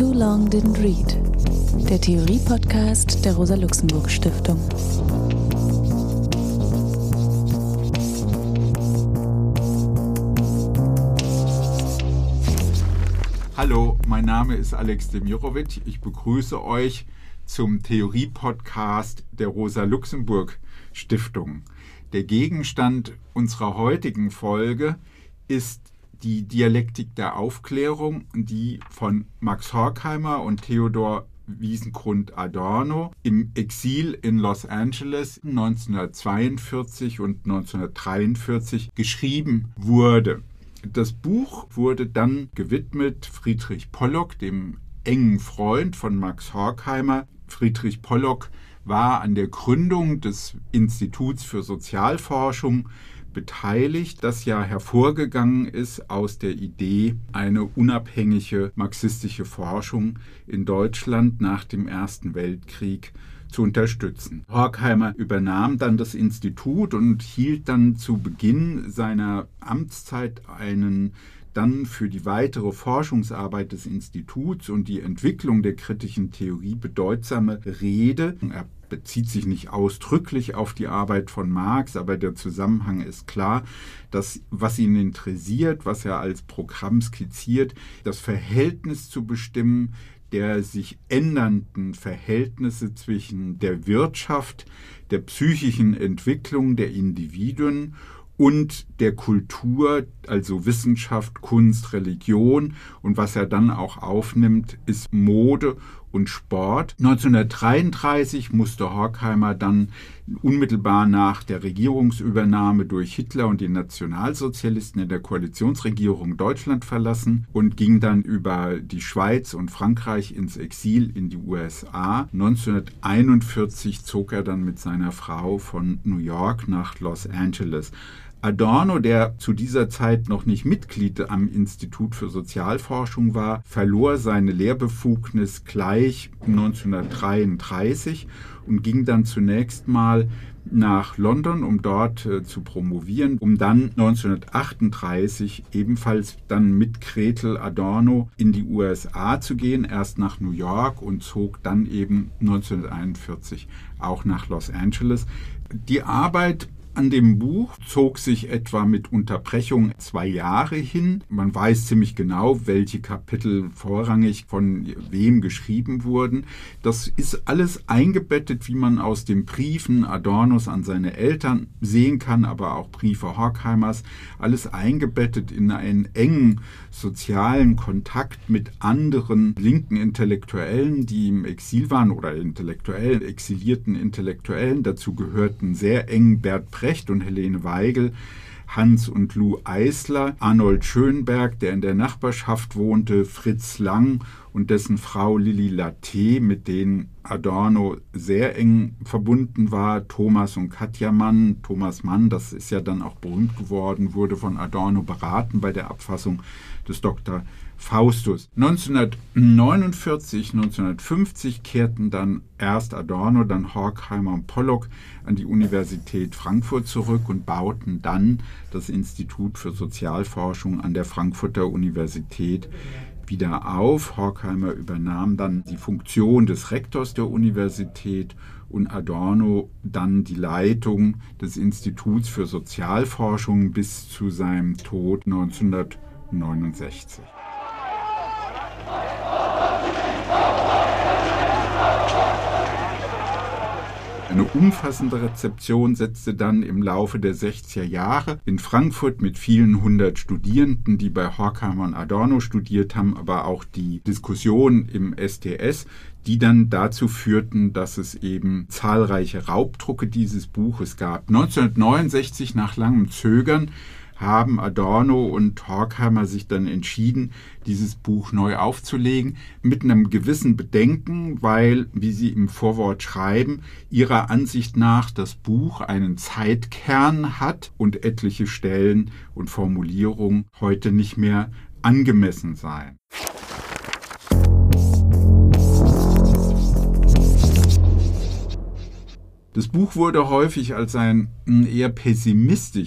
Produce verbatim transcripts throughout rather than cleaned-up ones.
Too Long Didn't Read, der Theorie-Podcast der Rosa-Luxemburg-Stiftung. Hallo, mein Name ist Alex Demirovic. Ich begrüße euch zum Theorie-Podcast der Rosa-Luxemburg-Stiftung. Der Gegenstand unserer heutigen Folge ist die Dialektik der Aufklärung, die von Max Horkheimer und Theodor Wiesengrund-Adorno im Exil in Los Angeles neunzehnhundertzweiundvierzig und neunzehnhundertdreiundvierzig geschrieben wurde. Das Buch wurde dann gewidmet Friedrich Pollock, dem engen Freund von Max Horkheimer. Friedrich Pollock war an der Gründung des Instituts für Sozialforschung beteiligt, das ja hervorgegangen ist aus der Idee, eine unabhängige marxistische Forschung in Deutschland nach dem Ersten Weltkrieg zu unterstützen. Horkheimer übernahm dann das Institut und hielt dann zu Beginn seiner Amtszeit einen dann für die weitere Forschungsarbeit des Instituts und die Entwicklung der kritischen Theorie bedeutsame Rede. Er bezieht sich nicht ausdrücklich auf die Arbeit von Marx, aber der Zusammenhang ist klar, dass was ihn interessiert, was er als Programm skizziert, das Verhältnis zu bestimmen der sich ändernden Verhältnisse zwischen der Wirtschaft, der psychischen Entwicklung der Individuen und der Kultur, also Wissenschaft, Kunst, Religion. Und was er dann auch aufnimmt, ist Mode und Sport. neunzehnhundertdreiunddreißig musste Horkheimer dann unmittelbar nach der Regierungsübernahme durch Hitler und die Nationalsozialisten in der Koalitionsregierung Deutschland verlassen und ging dann über die Schweiz und Frankreich ins Exil in die U S A. neunzehnhunderteinundvierzig zog er dann mit seiner Frau von New York nach Los Angeles. Adorno, der zu dieser Zeit noch nicht Mitglied am Institut für Sozialforschung war, verlor seine Lehrbefugnis gleich neunzehnhundertdreiunddreißig und ging dann zunächst mal nach London, um dort äh, zu promovieren, um dann neunzehnhundertachtunddreißig ebenfalls dann mit Gretel Adorno in die U S A zu gehen, erst nach New York und zog dann eben neunzehnhunderteinundvierzig auch nach Los Angeles. Die Arbeit an dem Buch zog sich etwa mit Unterbrechung zwei Jahre hin. Man weiß ziemlich genau, welche Kapitel vorrangig von wem geschrieben wurden. Das ist alles eingebettet, wie man aus den Briefen Adornos an seine Eltern sehen kann, aber auch Briefe Horkheimers, alles eingebettet in einen engen sozialen Kontakt mit anderen linken Intellektuellen, die im Exil waren oder Intellektuellen, exilierten Intellektuellen. Dazu gehörten sehr eng Bert Brecht und Helene Weigel, Hans und Lou Eisler, Arnold Schönberg, der in der Nachbarschaft wohnte, Fritz Lang und dessen Frau Lilly Latté, mit denen Adorno sehr eng verbunden war, Thomas und Katja Mann. Thomas Mann, das ist ja dann auch berühmt geworden, wurde von Adorno beraten bei der Abfassung des Doktor Faustus. neunzehnhundertneunundvierzig, neunzehnhundertfünfzig kehrten dann erst Adorno, dann Horkheimer und Pollock an die Universität Frankfurt zurück und bauten dann das Institut für Sozialforschung an der Frankfurter Universität wieder auf. Horkheimer übernahm dann die Funktion des Rektors der Universität und Adorno dann die Leitung des Instituts für Sozialforschung bis zu seinem Tod neunzehnhundertneunundsechzig. Eine umfassende Rezeption setzte dann im Laufe der sechziger Jahre in Frankfurt mit vielen hundert Studierenden, die bei Horkheimer und Adorno studiert haben, aber auch die Diskussion im S T S, die dann dazu führten, dass es eben zahlreiche Raubdrucke dieses Buches gab. neunzehnhundertneunundsechzig, nach langem Zögern, haben Adorno und Horkheimer sich dann entschieden, dieses Buch neu aufzulegen, mit einem gewissen Bedenken, weil, wie sie im Vorwort schreiben, ihrer Ansicht nach das Buch einen Zeitkern hat und etliche Stellen und Formulierungen heute nicht mehr angemessen seien. Das Buch wurde häufig als ein eher pessimistisches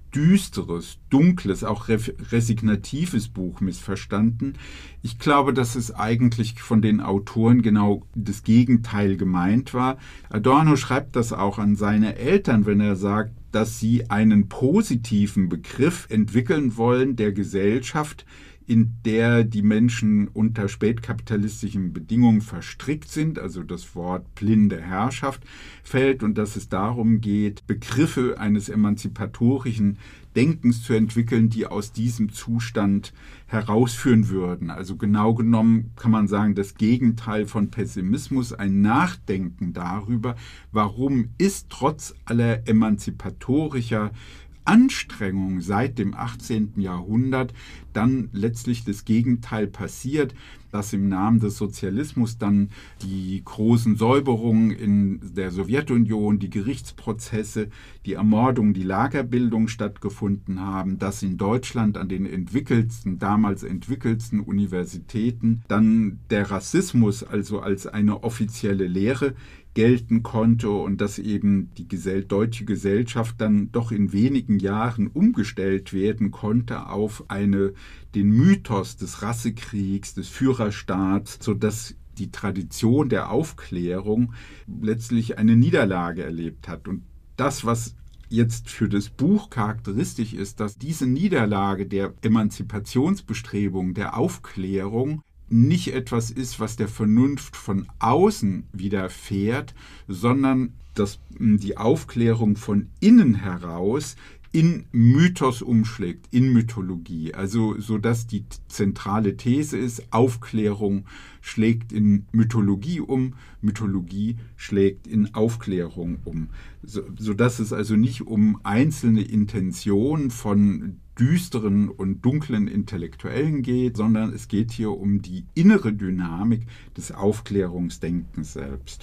düsteres, dunkles, auch resignatives Buch missverstanden. Ich glaube, dass es eigentlich von den Autoren genau das Gegenteil gemeint war. Adorno schreibt das auch an seine Eltern, wenn er sagt, dass sie einen positiven Begriff entwickeln wollen der Gesellschaft, in der die Menschen unter spätkapitalistischen Bedingungen verstrickt sind, also das Wort blinde Herrschaft fällt, und dass es darum geht, Begriffe eines emanzipatorischen Denkens zu entwickeln, die aus diesem Zustand herausführen würden. Also genau genommen kann man sagen, das Gegenteil von Pessimismus, ein Nachdenken darüber, warum ist trotz aller emanzipatorischer Anstrengung seit dem achtzehnten Jahrhundert dann letztlich das Gegenteil passiert, dass im Namen des Sozialismus dann die großen Säuberungen in der Sowjetunion, die Gerichtsprozesse, die Ermordung, die Lagerbildung stattgefunden haben, dass in Deutschland an den entwickelsten, damals entwickelsten Universitäten dann der Rassismus also als eine offizielle Lehre gelten konnte und dass eben die Gesell- deutsche Gesellschaft dann doch in wenigen Jahren umgestellt werden konnte auf eine, den Mythos des Rassekriegs, des Führerstaats, sodass die Tradition der Aufklärung letztlich eine Niederlage erlebt hat. Und das, was jetzt für das Buch charakteristisch ist, dass diese Niederlage der Emanzipationsbestrebungen, der Aufklärung, nicht etwas ist, was der Vernunft von außen widerfährt, sondern dass die Aufklärung von innen heraus in Mythos umschlägt, in Mythologie. Also so dass die zentrale These ist, Aufklärung schlägt in Mythologie um, Mythologie schlägt in Aufklärung um. So, sodass es also nicht um einzelne Intentionen von düsteren und dunklen Intellektuellen geht, sondern es geht hier um die innere Dynamik des Aufklärungsdenkens selbst.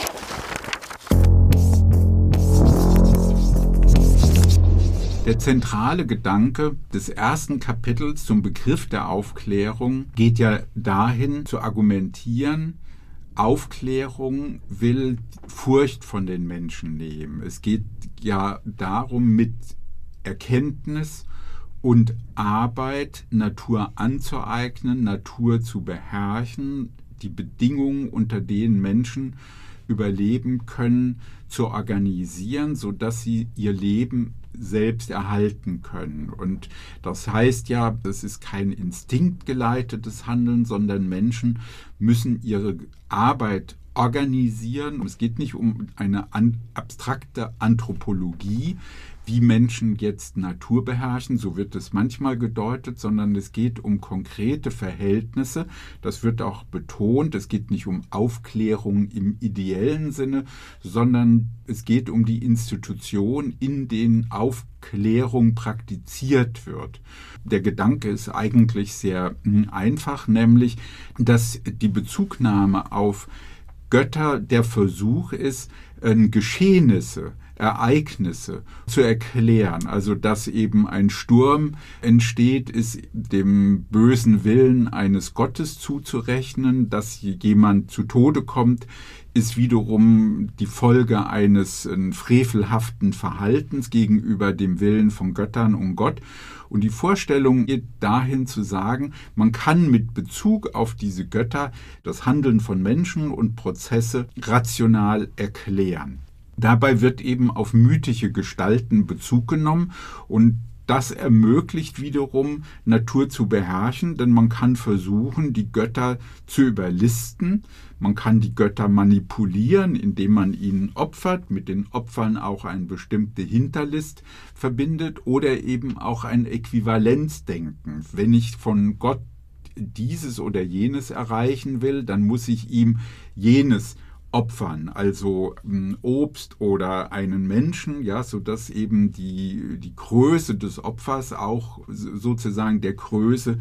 Der zentrale Gedanke des ersten Kapitels zum Begriff der Aufklärung geht ja dahin, zu argumentieren, Aufklärung will Furcht von den Menschen nehmen. Es geht ja darum, mit Erkenntnis und Arbeit Natur anzueignen, Natur zu beherrschen, die Bedingungen, unter denen Menschen überleben können, zu organisieren, sodass sie ihr Leben selbst erhalten können. Und das heißt ja, das ist kein instinktgeleitetes Handeln, sondern Menschen müssen ihre Arbeit organisieren. Es geht nicht um eine an, abstrakte Anthropologie, wie Menschen jetzt Natur beherrschen, so wird es manchmal gedeutet, sondern es geht um konkrete Verhältnisse. Das wird auch betont. Es geht nicht um Aufklärung im ideellen Sinne, sondern es geht um die Institution, in denen Aufklärung praktiziert wird. Der Gedanke ist eigentlich sehr einfach, nämlich, dass die Bezugnahme auf Götter der Versuch ist, Geschehnisse, Ereignisse zu erklären. Also dass eben ein Sturm entsteht, ist dem bösen Willen eines Gottes zuzurechnen. Dass jemand zu Tode kommt, ist wiederum die Folge eines frevelhaften Verhaltens gegenüber dem Willen von Göttern und Gott. Und die Vorstellung geht dahin zu sagen, man kann mit Bezug auf diese Götter das Handeln von Menschen und Prozesse rational erklären. Dabei wird eben auf mythische Gestalten Bezug genommen und das ermöglicht wiederum, Natur zu beherrschen, denn man kann versuchen, die Götter zu überlisten. Man kann die Götter manipulieren, indem man ihnen opfert, mit den Opfern auch eine bestimmte Hinterlist verbindet oder eben auch ein Äquivalenzdenken. Wenn ich von Gott dieses oder jenes erreichen will, dann muss ich ihm jenes opfern, also ähm, Obst oder einen Menschen, ja, sodass eben die, die Größe des Opfers auch sozusagen der Größe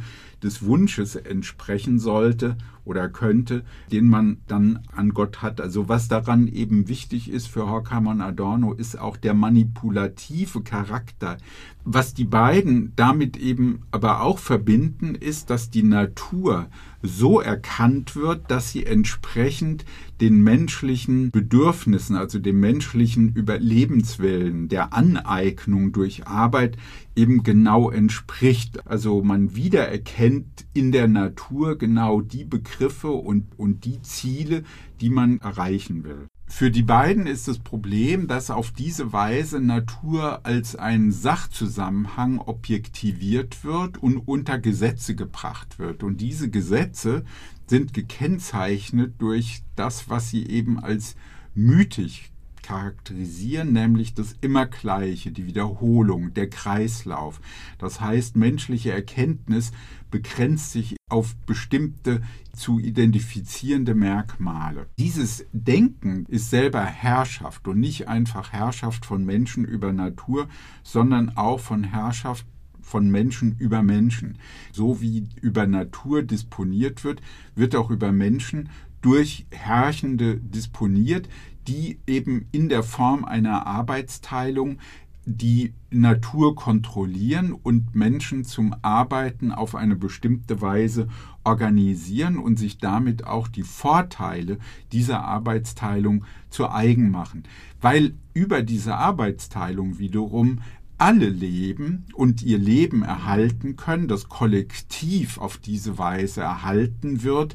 des Wunsches entsprechen sollte oder könnte, den man dann an Gott hat. Also was daran eben wichtig ist für Horkheimer und Adorno, ist auch der manipulative Charakter. Was die beiden damit eben aber auch verbinden, ist, dass die Natur so erkannt wird, dass sie entsprechend den menschlichen Bedürfnissen, also dem menschlichen Überlebenswillen, der Aneignung durch Arbeit eben genau entspricht. Also man wiedererkennt in der Natur genau die Begriffe und, und die Ziele, die man erreichen will. Für die beiden ist das Problem, dass auf diese Weise Natur als ein Sachzusammenhang objektiviert wird und unter Gesetze gebracht wird. Und diese Gesetze sind gekennzeichnet durch das, was sie eben als mythisch charakterisieren, nämlich das Immergleiche, die Wiederholung, der Kreislauf. Das heißt, menschliche Erkenntnis begrenzt sich auf bestimmte zu identifizierende Merkmale. Dieses Denken ist selber Herrschaft und nicht einfach Herrschaft von Menschen über Natur, sondern auch von Herrschaft von Menschen über Menschen. So wie über Natur disponiert wird, wird auch über Menschen durch Herrschende disponiert, die eben in der Form einer Arbeitsteilung die Natur kontrollieren und Menschen zum Arbeiten auf eine bestimmte Weise organisieren und sich damit auch die Vorteile dieser Arbeitsteilung zu eigen machen. Weil über diese Arbeitsteilung wiederum alle leben und ihr Leben erhalten können, das Kollektiv auf diese Weise erhalten wird,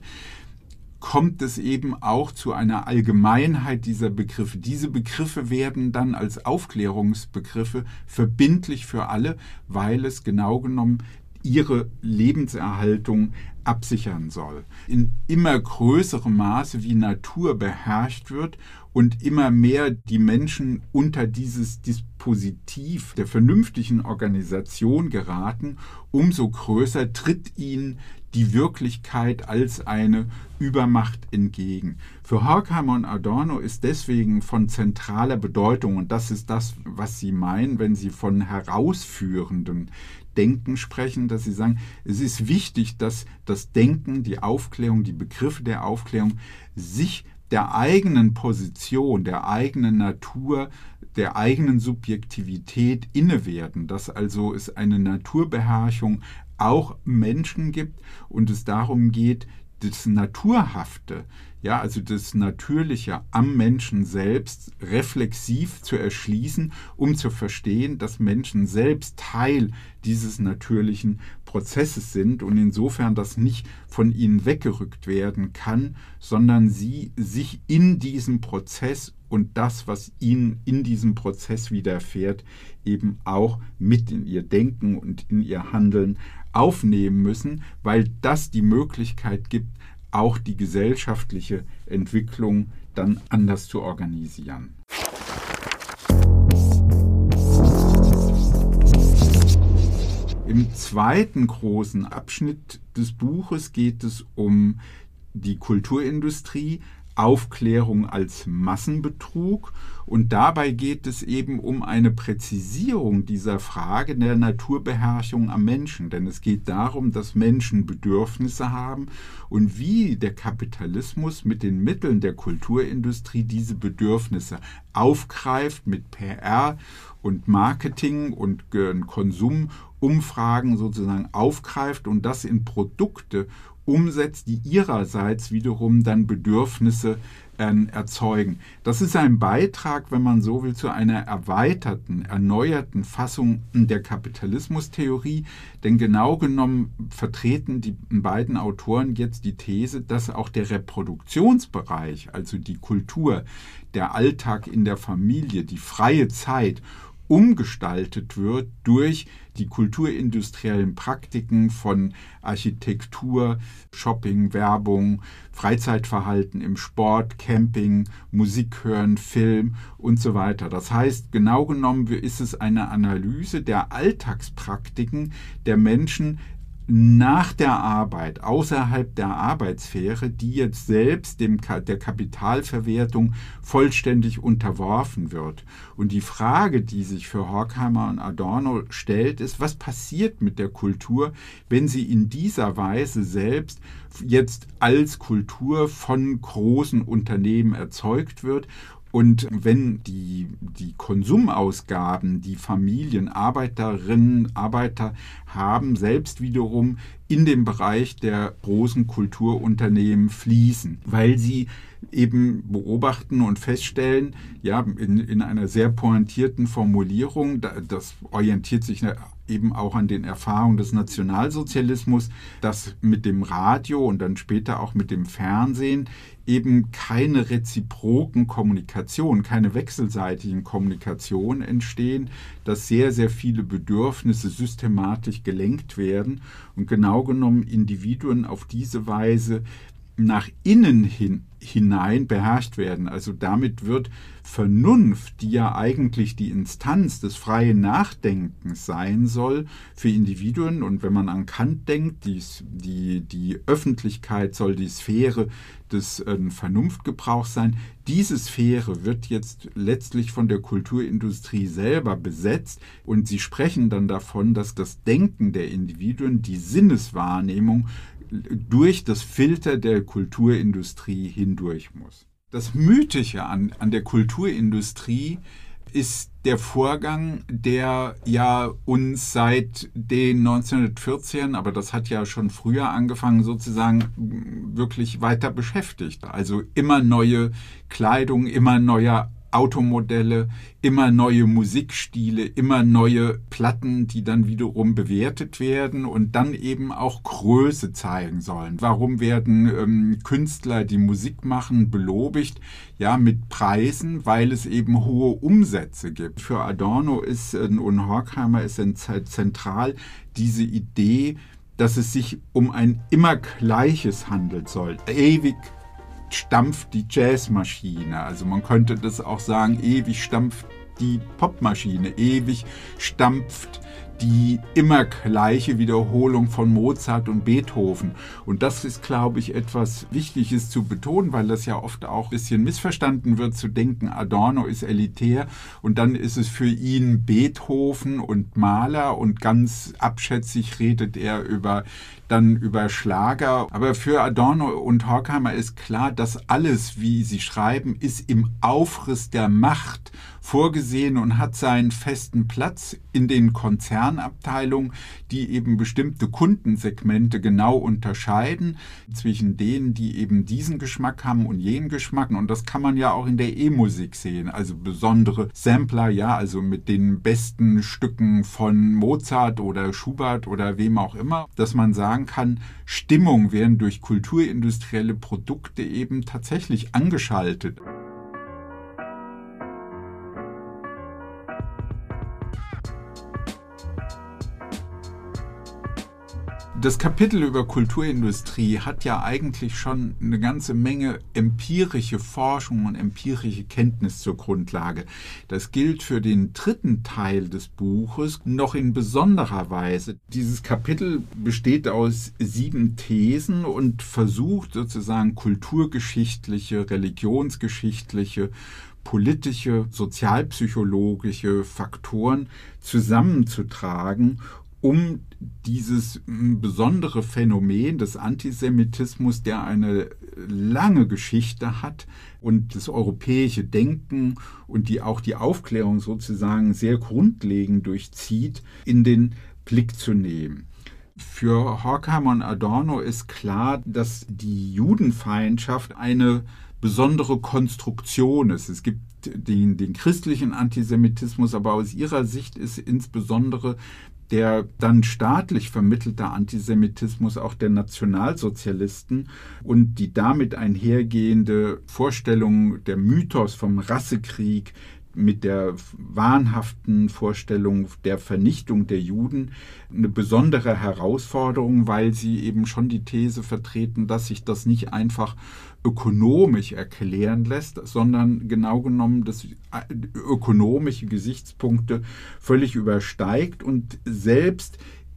kommt es eben auch zu einer Allgemeinheit dieser Begriffe. Diese Begriffe werden dann als Aufklärungsbegriffe verbindlich für alle, weil es genau genommen ihre Lebenserhaltung absichern soll. In immer größerem Maße, wie Natur beherrscht wird und immer mehr die Menschen unter dieses Dispositiv der vernünftigen Organisation geraten, umso größer tritt ihnen die Wirklichkeit als eine Übermacht entgegen. Für Horkheimer und Adorno ist deswegen von zentraler Bedeutung, und das ist das, was sie meinen, wenn sie von herausführendem Denken sprechen, dass sie sagen, es ist wichtig, dass das Denken, die Aufklärung, die Begriffe der Aufklärung sich der eigenen Position, der eigenen Natur, der eigenen Subjektivität inne werden, dass also es eine Naturbeherrschung auch Menschen gibt und es darum geht, das Naturhafte, ja, also das Natürliche am Menschen selbst reflexiv zu erschließen, um zu verstehen, dass Menschen selbst Teil dieses natürlichen Prozesses sind und insofern das nicht von ihnen weggerückt werden kann, sondern sie sich in diesem Prozess und das, was ihnen in diesem Prozess widerfährt, eben auch mit in ihr Denken und in ihr Handeln aufnehmen müssen, weil das die Möglichkeit gibt, auch die gesellschaftliche Entwicklung dann anders zu organisieren. Im zweiten großen Abschnitt des Buches geht es um die Kulturindustrie, Aufklärung als Massenbetrug, und dabei geht es eben um eine Präzisierung dieser Frage der Naturbeherrschung am Menschen, denn es geht darum, dass Menschen Bedürfnisse haben und wie der Kapitalismus mit den Mitteln der Kulturindustrie diese Bedürfnisse aufgreift mit P R und Marketing und Konsumumfragen sozusagen aufgreift und das in Produkte umsetzt, die ihrerseits wiederum dann Bedürfnisse äh, erzeugen. Das ist ein Beitrag, wenn man so will, zu einer erweiterten, erneuerten Fassung der Kapitalismustheorie, denn genau genommen vertreten die beiden Autoren jetzt die These, dass auch der Reproduktionsbereich, also die Kultur, der Alltag in der Familie, die freie Zeit, umgestaltet wird durch die kulturindustriellen Praktiken von Architektur, Shopping, Werbung, Freizeitverhalten im Sport, Camping, Musik hören, Film und so weiter. Das heißt, genau genommen ist es eine Analyse der Alltagspraktiken der Menschen nach der Arbeit, außerhalb der Arbeitssphäre, die jetzt selbst dem, der Kapitalverwertung vollständig unterworfen wird. Und die Frage, die sich für Horkheimer und Adorno stellt, ist, was passiert mit der Kultur, wenn sie in dieser Weise selbst jetzt als Kultur von großen Unternehmen erzeugt wird? Und wenn die, die Konsumausgaben, die Familien, Arbeiterinnen, Arbeiter haben, selbst wiederum in den Bereich der großen Kulturunternehmen fließen, weil sie eben beobachten und feststellen, ja, in, in einer sehr pointierten Formulierung, das orientiert sich eben auch an den Erfahrungen des Nationalsozialismus, dass mit dem Radio und dann später auch mit dem Fernsehen eben keine reziproken Kommunikation, keine wechselseitigen Kommunikation entstehen, dass sehr, sehr viele Bedürfnisse systematisch gelenkt werden und genau genommen Individuen auf diese Weise nach innen hin, hinein beherrscht werden. Also damit wird Vernunft, die ja eigentlich die Instanz des freien Nachdenkens sein soll, für Individuen, und wenn man an Kant denkt, die, die, die Öffentlichkeit soll die Sphäre des äh, Vernunftgebrauchs sein, diese Sphäre wird jetzt letztlich von der Kulturindustrie selber besetzt und sie sprechen dann davon, dass das Denken der Individuen, die Sinneswahrnehmung, durch das Filter der Kulturindustrie hindurch muss. Das Mythische an, an der Kulturindustrie ist der Vorgang, der ja uns seit den neunzehnhundertvierzehn, aber das hat ja schon früher angefangen, sozusagen wirklich weiter beschäftigt. Also immer neue Kleidung, immer neuer Automodelle, immer neue Musikstile, immer neue Platten, die dann wiederum bewertet werden und dann eben auch Größe zeigen sollen. Warum werden ähm, Künstler, die Musik machen, belobigt? Ja, mit Preisen, weil es eben hohe Umsätze gibt. Für Adorno ist äh, und Horkheimer ist zentral diese Idee, dass es sich um ein immer Gleiches handelt soll. Ewig stampft die Jazzmaschine. Also man könnte das auch sagen, ewig stampft die Popmaschine, ewig stampft die immer gleiche Wiederholung von Mozart und Beethoven. Und das ist, glaube ich, etwas Wichtiges zu betonen, weil das ja oft auch ein bisschen missverstanden wird, zu denken, Adorno ist elitär und dann ist es für ihn Beethoven und Mahler und ganz abschätzig redet er über dann über Schlager. Aber für Adorno und Horkheimer ist klar, dass alles, wie sie schreiben, ist im Aufriss der Macht vorgesehen und hat seinen festen Platz in den Konzernabteilungen, die eben bestimmte Kundensegmente genau unterscheiden zwischen denen, die eben diesen Geschmack haben und jenen Geschmack. Und das kann man ja auch in der E-Musik sehen. Also besondere Sampler, ja, also mit den besten Stücken von Mozart oder Schubert oder wem auch immer, dass man sagen kann, Stimmung werden durch kulturindustrielle Produkte eben tatsächlich angeschaltet. Das Kapitel über Kulturindustrie hat ja eigentlich schon eine ganze Menge empirische Forschung und empirische Kenntnis zur Grundlage. Das gilt für den dritten Teil des Buches noch in besonderer Weise. Dieses Kapitel besteht aus sieben Thesen und versucht sozusagen kulturgeschichtliche, religionsgeschichtliche, politische, sozialpsychologische Faktoren zusammenzutragen, um dieses besondere Phänomen des Antisemitismus, der eine lange Geschichte hat und das europäische Denken und die auch die Aufklärung sozusagen sehr grundlegend durchzieht, in den Blick zu nehmen. Für Horkheimer und Adorno ist klar, dass die Judenfeindschaft eine besondere Konstruktion ist. Es gibt den, den christlichen Antisemitismus, aber aus ihrer Sicht ist insbesondere der dann staatlich vermittelte Antisemitismus auch der Nationalsozialisten und die damit einhergehende Vorstellung, der Mythos vom Rassekrieg mit der wahnhaften Vorstellung der Vernichtung der Juden eine besondere Herausforderung, weil sie eben schon die These vertreten, dass sich das nicht einfach ökonomisch erklären lässt, sondern genau genommen das ökonomische Gesichtspunkte völlig übersteigt und selbst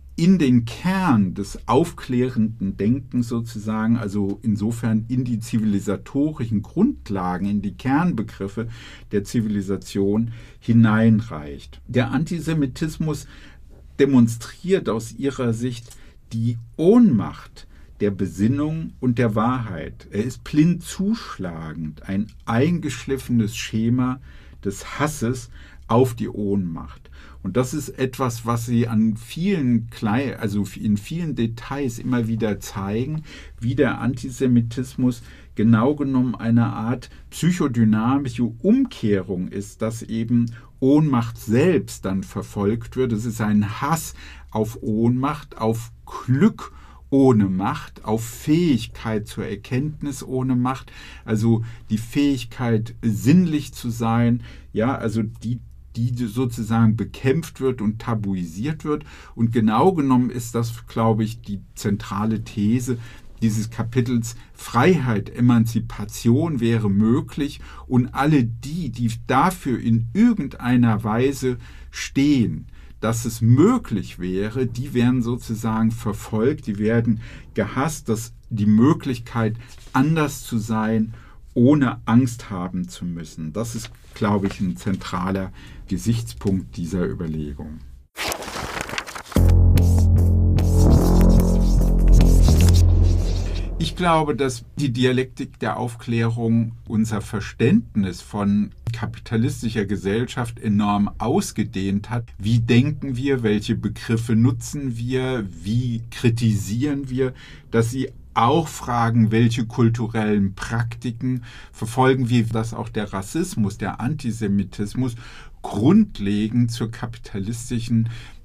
in den Kern des aufklärenden Denkens sozusagen, also insofern in die zivilisatorischen Grundlagen, in die Kernbegriffe der Zivilisation hineinreicht. Der Antisemitismus demonstriert aus ihrer Sicht die Ohnmacht der Besinnung und der Wahrheit. Er ist blind zuschlagend, ein eingeschliffenes Schema des Hasses auf die Ohnmacht. Und das ist etwas, was sie an vielen kleinen, also in vielen Details immer wieder zeigen, wie der Antisemitismus genau genommen eine Art psychodynamische Umkehrung ist, dass eben Ohnmacht selbst dann verfolgt wird. Es ist ein Hass auf Ohnmacht, auf Glück ohne Macht, auf Fähigkeit zur Erkenntnis ohne Macht, also die Fähigkeit, sinnlich zu sein, ja, also die die sozusagen bekämpft wird und tabuisiert wird. Und genau genommen ist das, glaube ich, die zentrale These dieses Kapitels. Freiheit, Emanzipation wäre möglich und alle die, die dafür in irgendeiner Weise stehen, dass es möglich wäre, die werden sozusagen verfolgt, die werden gehasst, dass die Möglichkeit, anders zu sein, ohne Angst haben zu müssen. Das ist, glaube ich, ein zentraler Gesichtspunkt dieser Überlegung. Ich glaube, dass die Dialektik der Aufklärung unser Verständnis von kapitalistischer Gesellschaft enorm ausgedehnt hat. Wie denken wir, welche Begriffe nutzen wir, wie kritisieren wir, dass sie auch fragen, welche kulturellen Praktiken verfolgen wir, dass auch der Rassismus, der Antisemitismus grundlegend zur kapitalistischen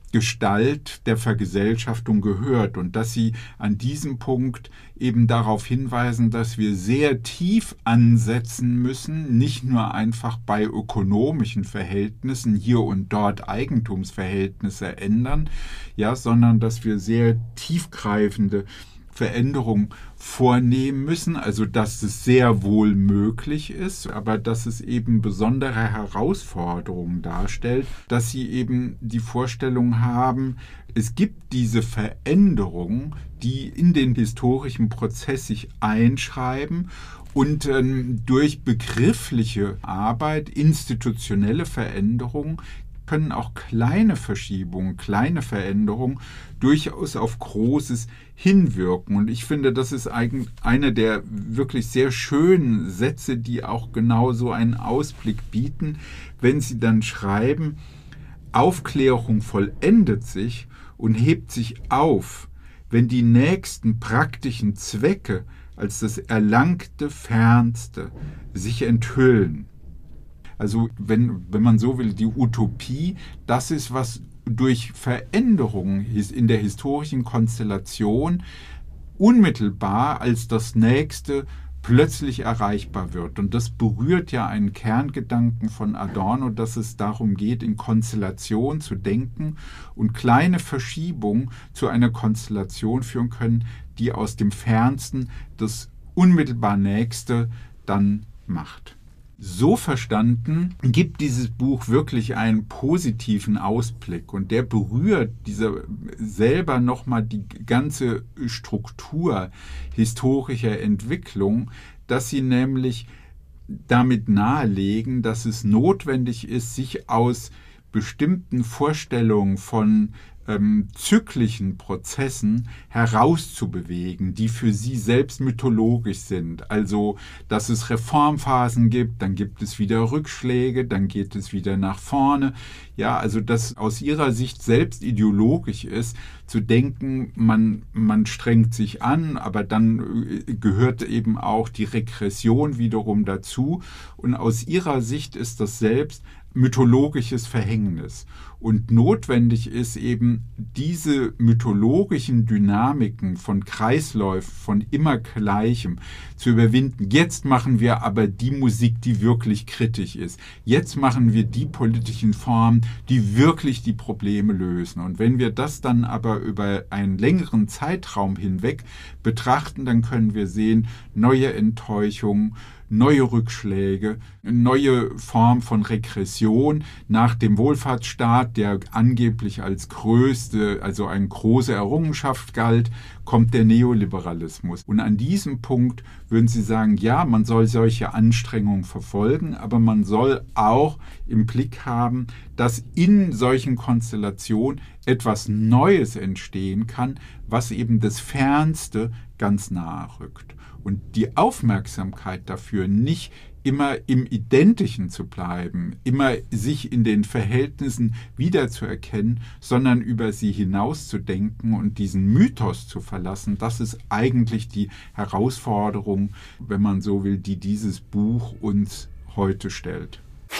Gestalt der Vergesellschaftung gehört und dass sie an diesem Punkt eben darauf hinweisen, dass wir sehr tief ansetzen müssen, nicht nur einfach bei ökonomischen Verhältnissen hier und dort Eigentumsverhältnisse ändern, ja, sondern dass wir sehr tiefgreifende Veränderungen vornehmen müssen, also dass es sehr wohl möglich ist, aber dass es eben besondere Herausforderungen darstellt, dass sie eben die Vorstellung haben, es gibt diese Veränderungen, die in den historischen Prozess sich einschreiben und ähm, durch begriffliche Arbeit, institutionelle Veränderungen, können auch kleine Verschiebungen, kleine Veränderungen durchaus auf Großes hinwirken. Und ich finde, das ist eigentlich einer der wirklich sehr schönen Sätze, die auch genau so einen Ausblick bieten, wenn sie dann schreiben, Aufklärung vollendet sich und hebt sich auf, wenn die nächsten praktischen Zwecke als das Erlangte Fernste sich enthüllen. Also wenn, wenn man so will, die Utopie, das ist, was durch Veränderungen in der historischen Konstellation unmittelbar als das Nächste plötzlich erreichbar wird. Und das berührt ja einen Kerngedanken von Adorno, dass es darum geht, in Konstellation zu denken und kleine Verschiebungen zu einer Konstellation führen können, die aus dem Fernsten das unmittelbar Nächste dann macht. So verstanden gibt dieses Buch wirklich einen positiven Ausblick und der berührt dieser selber nochmal die ganze Struktur historischer Entwicklung, dass sie nämlich damit nahelegen, dass es notwendig ist, sich aus bestimmten Vorstellungen von ähm, zyklischen Prozessen herauszubewegen, die für sie selbst mythologisch sind. Also, dass es Reformphasen gibt, dann gibt es wieder Rückschläge, dann geht es wieder nach vorne. Ja, also dass aus ihrer Sicht selbst ideologisch ist, zu denken, man, man strengt sich an, aber dann gehört eben auch die Regression wiederum dazu. Und aus ihrer Sicht ist das selbst mythologisches Verhängnis. Und notwendig ist eben diese mythologischen Dynamiken von Kreisläufen, von immer Gleichem zu überwinden. Jetzt machen wir aber die Musik, die wirklich kritisch ist. Jetzt machen wir die politischen Formen, die wirklich die Probleme lösen. Und wenn wir das dann aber über einen längeren Zeitraum hinweg betrachten, dann können wir sehen, neue Enttäuschungen, neue Rückschläge, neue Form von Regression nach dem Wohlfahrtsstaat, der angeblich als größte, also eine große Errungenschaft galt, kommt der Neoliberalismus. Und an diesem Punkt würden Sie sagen, ja, man soll solche Anstrengungen verfolgen, aber man soll auch im Blick haben, dass in solchen Konstellationen etwas Neues entstehen kann, was eben das Fernste ganz nahe rückt. Und die Aufmerksamkeit dafür, nicht immer im Identischen zu bleiben, immer sich in den Verhältnissen wiederzuerkennen, sondern über sie hinauszudenken und diesen Mythos zu verlassen, das ist eigentlich die Herausforderung, wenn man so will, die dieses Buch uns heute stellt.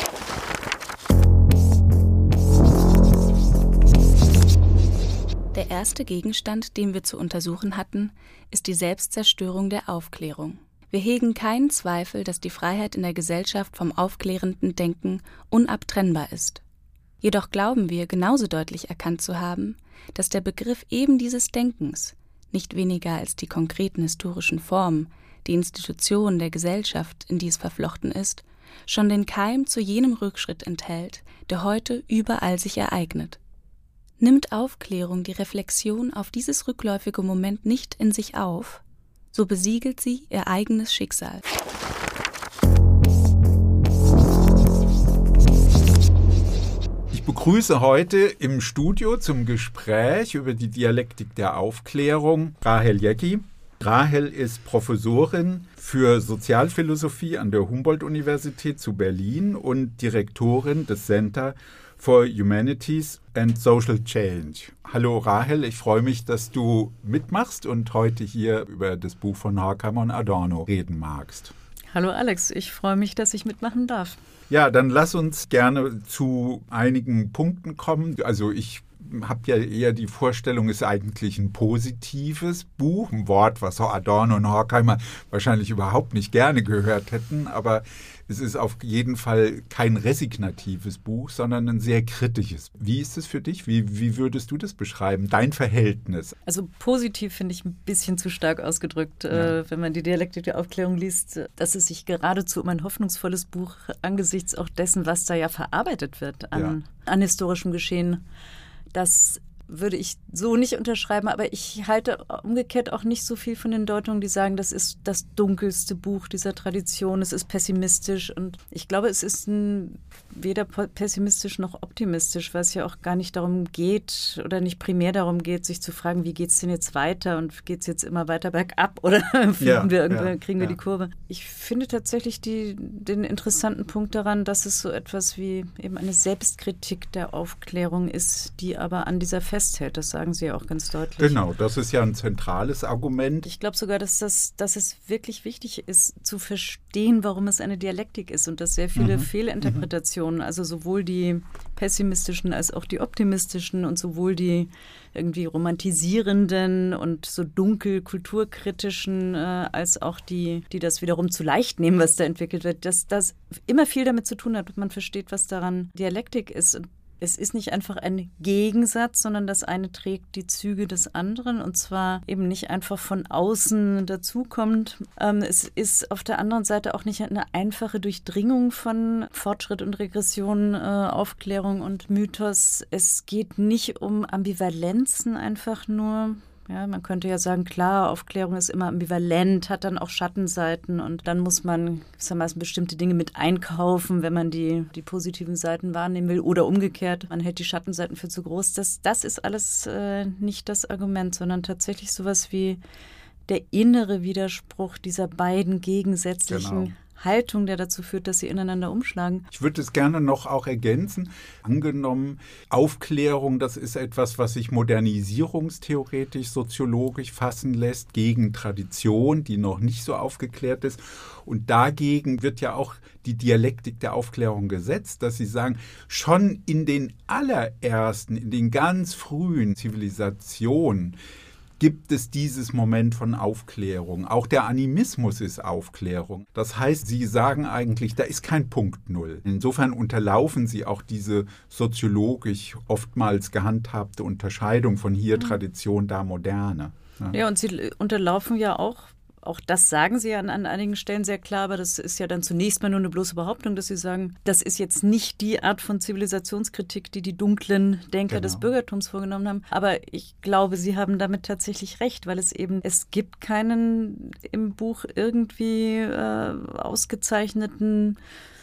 Der erste Gegenstand, den wir zu untersuchen hatten, ist die Selbstzerstörung der Aufklärung. Wir hegen keinen Zweifel, dass die Freiheit in der Gesellschaft vom aufklärenden Denken unabtrennbar ist. Jedoch glauben wir, genauso deutlich erkannt zu haben, dass der Begriff eben dieses Denkens, nicht weniger als die konkreten historischen Formen, die Institution der Gesellschaft, in die es verflochten ist, schon den Keim zu jenem Rückschritt enthält, der heute überall sich ereignet. Nimmt Aufklärung die Reflexion auf dieses rückläufige Moment nicht in sich auf, so besiegelt sie ihr eigenes Schicksal. Ich begrüße heute im Studio zum Gespräch über die Dialektik der Aufklärung Rahel Jecki. Rahel ist Professorin für Sozialphilosophie an der Humboldt-Universität zu Berlin und Direktorin des Center for Humanities and Social Change. Hallo Rahel, ich freue mich, dass du mitmachst und heute hier über das Buch von Horkheimer und Adorno reden magst. Hallo Alex, ich freue mich, dass ich mitmachen darf. Ja, dann lass uns gerne zu einigen Punkten kommen. Also ich habe ja eher die Vorstellung, es ist eigentlich ein positives Buch, ein Wort, was Adorno und Horkheimer wahrscheinlich überhaupt nicht gerne gehört hätten, aber es ist auf jeden Fall kein resignatives Buch, sondern ein sehr kritisches. Wie ist es für dich? Wie, wie würdest du das beschreiben, dein Verhältnis? Also positiv finde ich ein bisschen zu stark ausgedrückt, ja. äh, wenn man die Dialektik der Aufklärung liest, dass es sich geradezu um ein hoffnungsvolles Buch angesichts auch dessen, was da ja verarbeitet wird an, ja. an historischem Geschehen. Das würde ich so nicht unterschreiben, aber ich halte umgekehrt auch nicht so viel von den Deutungen, die sagen, das ist das dunkelste Buch dieser Tradition, es ist pessimistisch und ich glaube, es ist ein, weder pessimistisch noch optimistisch, weil es ja auch gar nicht darum geht oder nicht primär darum geht, sich zu fragen, wie geht es denn jetzt weiter und geht es jetzt immer weiter bergab oder ja, wir irgendwann, ja, kriegen wir ja. die Kurve. Ich finde tatsächlich die, den interessanten Punkt daran, dass es so etwas wie eben eine Selbstkritik der Aufklärung ist, die aber an dieser festhält. Das sagen Sie ja auch ganz deutlich. Genau, das ist ja ein zentrales Argument. Ich glaube sogar, dass, das, dass es wirklich wichtig ist, zu verstehen, warum es eine Dialektik ist und dass sehr viele mhm. Fehlinterpretationen, also sowohl die pessimistischen als auch die optimistischen und sowohl die irgendwie romantisierenden und so dunkel kulturkritischen äh, als auch die, die das wiederum zu leicht nehmen, was da entwickelt wird, dass das immer viel damit zu tun hat, dass man versteht, was daran Dialektik ist. Und es ist nicht einfach ein Gegensatz, sondern das eine trägt die Züge des anderen und zwar eben nicht einfach von außen dazukommt. Ähm, es ist auf der anderen Seite auch nicht eine einfache Durchdringung von Fortschritt und Regression, äh, Aufklärung und Mythos. Es geht nicht um Ambivalenzen einfach nur. Ja, man könnte ja sagen, klar, Aufklärung ist immer ambivalent, hat dann auch Schattenseiten und dann muss man gewissermaßen bestimmte Dinge mit einkaufen, wenn man die, die positiven Seiten wahrnehmen will oder umgekehrt, man hält die Schattenseiten für zu groß. Das, das ist alles äh, nicht das Argument, sondern tatsächlich sowas wie der innere Widerspruch dieser beiden gegensätzlichen genau. Haltung, der dazu führt, dass sie ineinander umschlagen. Ich würde es gerne noch auch ergänzen. Angenommen, Aufklärung, das ist etwas, was sich modernisierungstheoretisch, soziologisch fassen lässt, gegen Tradition, die noch nicht so aufgeklärt ist. Und dagegen wird ja auch die Dialektik der Aufklärung gesetzt, dass sie sagen, schon in den allerersten, in den ganz frühen Zivilisationen, gibt es dieses Moment von Aufklärung. Auch der Animismus ist Aufklärung. Das heißt, Sie sagen eigentlich, da ist kein Punkt Null. Insofern unterlaufen Sie auch diese soziologisch oftmals gehandhabte Unterscheidung von hier Tradition, da Moderne. Ja, ja und Sie unterlaufen ja auch auch das sagen sie ja an, an einigen Stellen sehr klar, aber das ist ja dann zunächst mal nur eine bloße Behauptung, dass sie sagen, das ist jetzt nicht die Art von Zivilisationskritik, die die dunklen Denker genau. des Bürgertums vorgenommen haben. Aber ich glaube, sie haben damit tatsächlich recht, weil es eben, es gibt keinen im Buch irgendwie äh, ausgezeichneten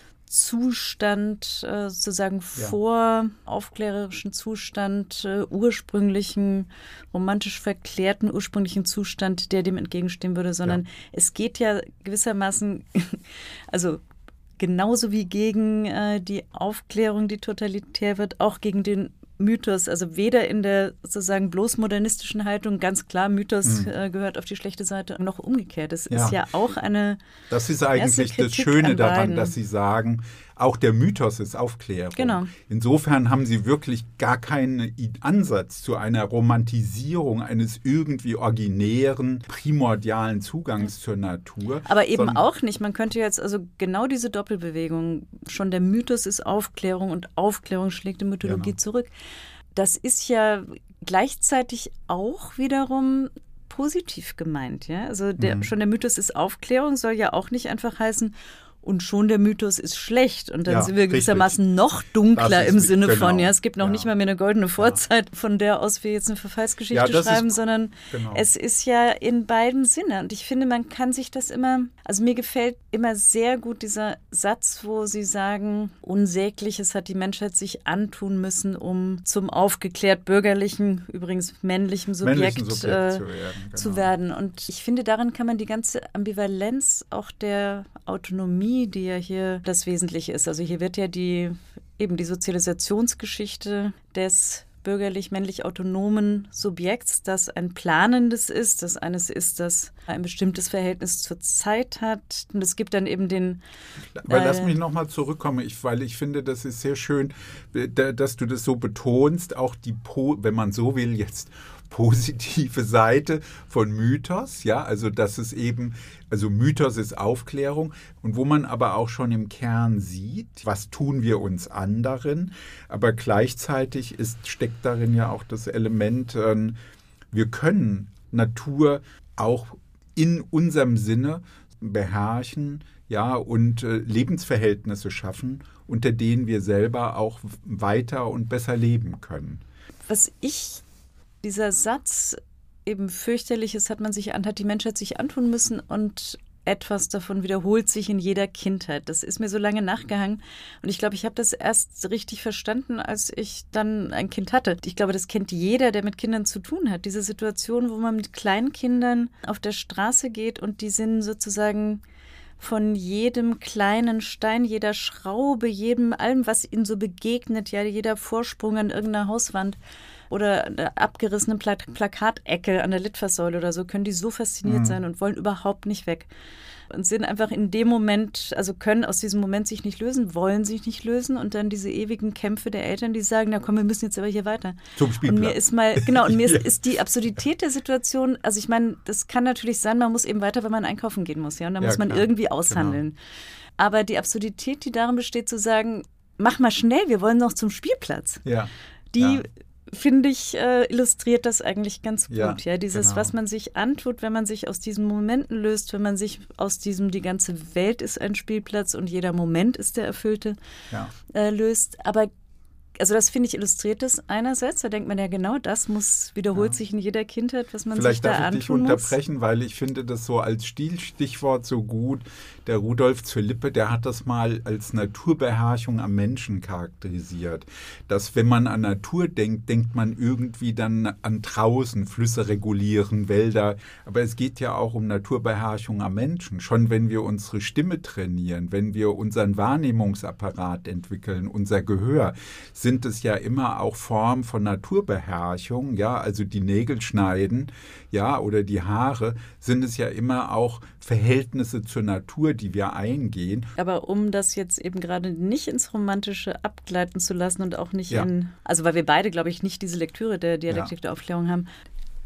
Zustand, äh, sozusagen ja. vor aufklärerischen Zustand, äh, ursprünglichen, romantisch verklärten ursprünglichen Zustand, der dem entgegenstehen würde, sondern ja. es geht ja gewissermaßen, also genauso wie gegen äh, die Aufklärung, die totalitär wird, auch gegen den Mythos, also weder in der sozusagen bloß modernistischen Haltung, ganz klar, Mythos mhm. äh, gehört auf die schlechte Seite, noch umgekehrt. Es ja. ist ja auch eine Das ist eigentlich das Schöne daran, dass Sie sagen, auch der Mythos ist Aufklärung. Genau. Insofern haben Sie wirklich gar keinen Ansatz zu einer Romantisierung eines irgendwie originären, primordialen Zugangs ja. zur Natur. Aber eben auch nicht. Man könnte jetzt also genau diese Doppelbewegung, schon der Mythos ist Aufklärung und Aufklärung schlägt die Mythologie genau. zurück. Das ist ja gleichzeitig auch wiederum positiv gemeint. Ja? Also der, mhm. schon der Mythos ist Aufklärung soll ja auch nicht einfach heißen, und schon der Mythos ist schlecht. Und dann ja, sind wir gewissermaßen richtig. noch dunkler im Sinne genau. von, ja, es gibt noch ja. nicht mal mehr eine goldene Vorzeit, ja. von der aus wir jetzt eine Verfallsgeschichte ja, schreiben, ist, sondern genau. es ist ja in beiden Sinne. Und ich finde, man kann sich das immer, also mir gefällt immer sehr gut dieser Satz, wo Sie sagen, Unsägliches hat die Menschheit sich antun müssen, um zum aufgeklärt bürgerlichen, übrigens männlichen Subjekt, männlichen Subjekt äh, zu, werden, genau. zu werden. Und ich finde, darin kann man die ganze Ambivalenz auch der Autonomie, die ja hier das Wesentliche ist. Also hier wird ja die eben die Sozialisationsgeschichte des bürgerlich-männlich autonomen Subjekts, das ein planendes ist, das eines ist, das ein bestimmtes Verhältnis zur Zeit hat. Und es gibt dann eben den... Aber äh, lass mich nochmal zurückkommen, ich, weil ich finde, das ist sehr schön, dass du das so betonst, auch die, wenn man so will, jetzt positive Seite von Mythos, ja, also dass es eben, also Mythos ist Aufklärung und wo man aber auch schon im Kern sieht, was tun wir uns anderen, aber gleichzeitig ist, steckt darin ja auch das Element, äh, wir können Natur auch in unserem Sinne beherrschen, ja, und äh, Lebensverhältnisse schaffen, unter denen wir selber auch weiter und besser leben können. Was ich Dieser Satz, eben fürchterliches hat man sich an, hat die Menschheit sich antun müssen und etwas davon wiederholt sich in jeder Kindheit. Das ist mir so lange nachgehangen und ich glaube, ich habe das erst richtig verstanden, als ich dann ein Kind hatte. Ich glaube, das kennt jeder, der mit Kindern zu tun hat. Diese Situation, wo man mit Kleinkindern auf der Straße geht und die sind sozusagen von jedem kleinen Stein, jeder Schraube, jedem, allem, was ihnen so begegnet, ja, jeder Vorsprung an irgendeiner Hauswand oder einer abgerissenen Pla- Plakatecke an der Litfaßsäule oder so, können die so fasziniert mhm. sein und wollen überhaupt nicht weg. Und sind einfach in dem Moment, also können aus diesem Moment sich nicht lösen, wollen sich nicht lösen und dann diese ewigen Kämpfe der Eltern, die sagen, na komm, wir müssen jetzt aber hier weiter. Zum Spielplatz. Und mir ist mal, genau, und mir ist, ist die Absurdität der Situation, also ich meine, das kann natürlich sein, man muss eben weiter, wenn man einkaufen gehen muss, ja, und da ja, muss man klar. irgendwie aushandeln. Genau. Aber die Absurdität, die darin besteht, zu sagen, mach mal schnell, wir wollen noch zum Spielplatz. Ja. Die ja. finde ich, äh, illustriert das eigentlich ganz gut. Ja, ja, dieses, genau. was man sich antut, wenn man sich aus diesen Momenten löst, wenn man sich aus diesem, die ganze Welt ist ein Spielplatz und jeder Moment ist der erfüllte, ja. äh, löst. Aber also das finde ich illustriert das einerseits, da denkt man ja genau, das muss wiederholt ja. sich in jeder Kindheit, was man Vielleicht sich da antun muss. Vielleicht darf ich dich unterbrechen, weil ich finde das so als Stilstichwort so gut. Der Rudolf Zölippe, der hat das mal als Naturbeherrschung am Menschen charakterisiert. Dass wenn man an Natur denkt, denkt man irgendwie dann an draußen, Flüsse regulieren, Wälder. Aber es geht ja auch um Naturbeherrschung am Menschen. Schon wenn wir unsere Stimme trainieren, wenn wir unseren Wahrnehmungsapparat entwickeln, unser Gehör, sind es ja immer auch Formen von Naturbeherrschung, ja, also die Nägel schneiden, ja, oder die Haare, sind es ja immer auch Verhältnisse zur Natur, die wir eingehen. Aber um das jetzt eben gerade nicht ins Romantische abgleiten zu lassen und auch nicht ja. in, also weil wir beide, glaube ich, nicht diese Lektüre der Dialektik ja. der Aufklärung haben,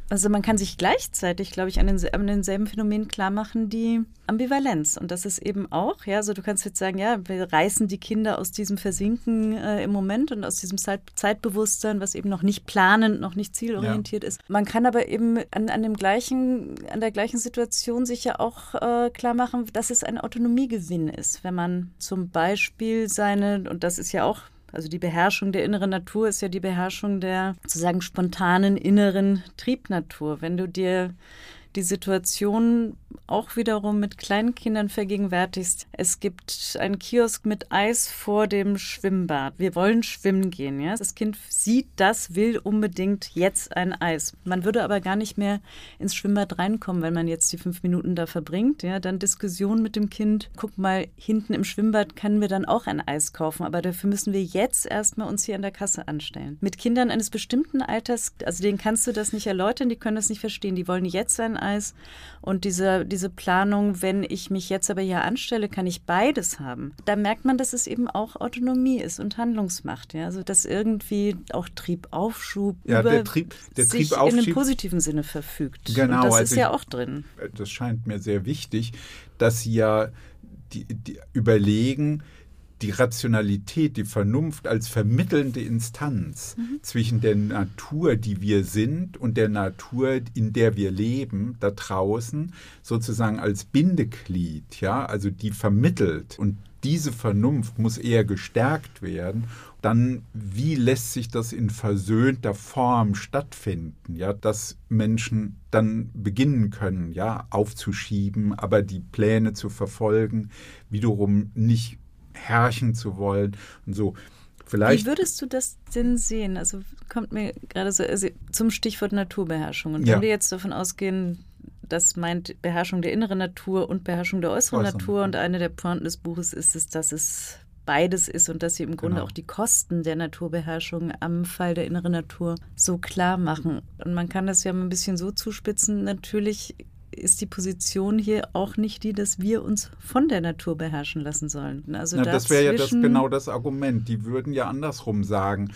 Also man kann sich gleichzeitig, glaube ich, an, den, an denselben Phänomen klar machen, die Ambivalenz. Und das ist eben auch, ja, so du kannst jetzt sagen, ja, wir reißen die Kinder aus diesem Versinken äh, im Moment und aus diesem Zeit, Zeitbewusstsein, was eben noch nicht planend, noch nicht zielorientiert ja. ist. Man kann aber eben an, an, dem gleichen, an der gleichen Situation sich ja auch äh, klar machen, dass es ein Autonomiegewinn ist. Wenn man zum Beispiel seine, und das ist ja auch Also die Beherrschung der inneren Natur ist ja die Beherrschung der sozusagen spontanen inneren Triebnatur. Wenn du dir die Situation auch wiederum mit kleinen Kindern vergegenwärtigst. Es gibt einen Kiosk mit Eis vor dem Schwimmbad. Wir wollen schwimmen gehen. Ja? Das Kind sieht das, will unbedingt jetzt ein Eis. Man würde aber gar nicht mehr ins Schwimmbad reinkommen, wenn man jetzt die fünf Minuten da verbringt. Ja? Dann Diskussion mit dem Kind. Guck mal, hinten im Schwimmbad können wir dann auch ein Eis kaufen, aber dafür müssen wir jetzt erstmal uns hier an der Kasse anstellen. Mit Kindern eines bestimmten Alters, also denen kannst du das nicht erläutern, die können das nicht verstehen. Die wollen jetzt ein Eis und diese, diese Planung, wenn ich mich jetzt aber hier anstelle, kann ich beides haben. Da merkt man, dass es eben auch Autonomie ist und Handlungsmacht. Ja? Also dass irgendwie auch Triebaufschub ja, über der Trieb, der sich Triebaufschub, in einem positiven Sinne verfügt. Genau, und das also ist ja auch drin. Das scheint mir sehr wichtig, dass Sie ja die, die überlegen, die Rationalität, die Vernunft als vermittelnde Instanz mhm. zwischen der Natur, die wir sind, und der Natur, in der wir leben, da draußen, sozusagen als Bindeglied, ja, also die vermittelt. Und diese Vernunft muss eher gestärkt werden. Dann, wie lässt sich das in versöhnter Form stattfinden, ja, dass Menschen dann beginnen können, ja, aufzuschieben, aber die Pläne zu verfolgen, wiederum nicht herrschen zu wollen und so. Vielleicht, wie würdest du das denn sehen? Also kommt mir gerade so also zum Stichwort Naturbeherrschung. Und wenn ja. wir jetzt davon ausgehen, das meint Beherrschung der inneren Natur und Beherrschung der äußeren Äußeren. Natur. Und eine der Pointen des Buches ist es, dass es beides ist und dass sie im Grunde genau. auch die Kosten der Naturbeherrschung am Fall der inneren Natur so klar machen. Und man kann das ja ein bisschen so zuspitzen. Natürlich ist die Position hier auch nicht die, dass wir uns von der Natur beherrschen lassen sollen. Also Na, das wäre ja das, genau das Argument. Die würden ja andersrum sagen,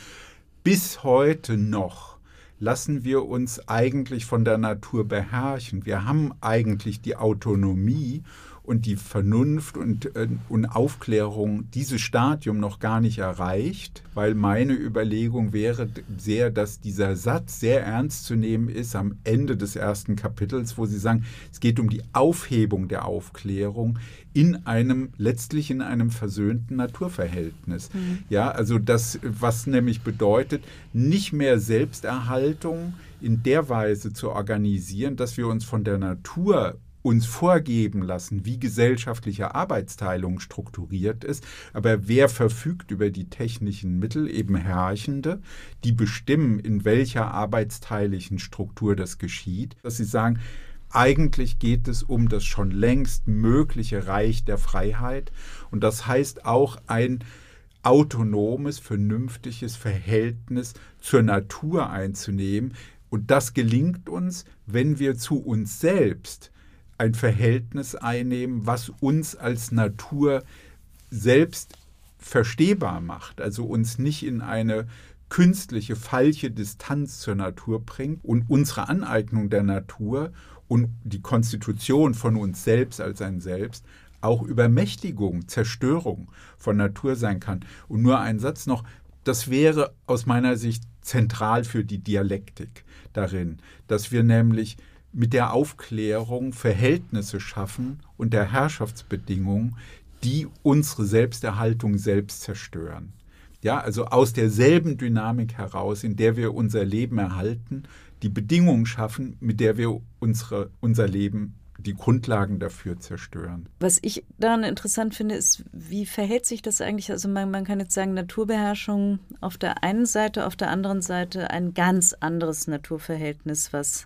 bis heute noch lassen wir uns eigentlich von der Natur beherrschen. Wir haben eigentlich die Autonomie und die Vernunft und, äh, und Aufklärung dieses Stadium noch gar nicht erreicht, weil meine Überlegung wäre sehr, dass dieser Satz sehr ernst zu nehmen ist am Ende des ersten Kapitels, wo Sie sagen, es geht um die Aufhebung der Aufklärung in einem, letztlich in einem versöhnten Naturverhältnis. Mhm. Ja, also das, was nämlich bedeutet, nicht mehr Selbsterhaltung in der Weise zu organisieren, dass wir uns von der Natur uns vorgeben lassen, wie gesellschaftliche Arbeitsteilung strukturiert ist. Aber wer verfügt über die technischen Mittel, eben Herrschende, die bestimmen, in welcher arbeitsteilischen Struktur das geschieht, dass sie sagen, eigentlich geht es um das schon längst mögliche Reich der Freiheit. Und das heißt auch ein autonomes, vernünftiges Verhältnis zur Natur einzunehmen. Und das gelingt uns, wenn wir zu uns selbst ein Verhältnis einnehmen, was uns als Natur selbst verstehbar macht, also uns nicht in eine künstliche, falsche Distanz zur Natur bringt und unsere Aneignung der Natur und die Konstitution von uns selbst als ein Selbst auch Übermächtigung, Zerstörung von Natur sein kann. Und nur ein Satz noch, das wäre aus meiner Sicht zentral für die Dialektik darin, dass wir nämlich mit der Aufklärung Verhältnisse schaffen und der Herrschaftsbedingungen, die unsere Selbsterhaltung selbst zerstören. Ja, also aus derselben Dynamik heraus, in der wir unser Leben erhalten, die Bedingungen schaffen, mit der wir unsere, unser Leben, die Grundlagen dafür zerstören. Was ich daran interessant finde, ist, wie verhält sich das eigentlich? Also man, man kann jetzt sagen, Naturbeherrschung auf der einen Seite, auf der anderen Seite ein ganz anderes Naturverhältnis, was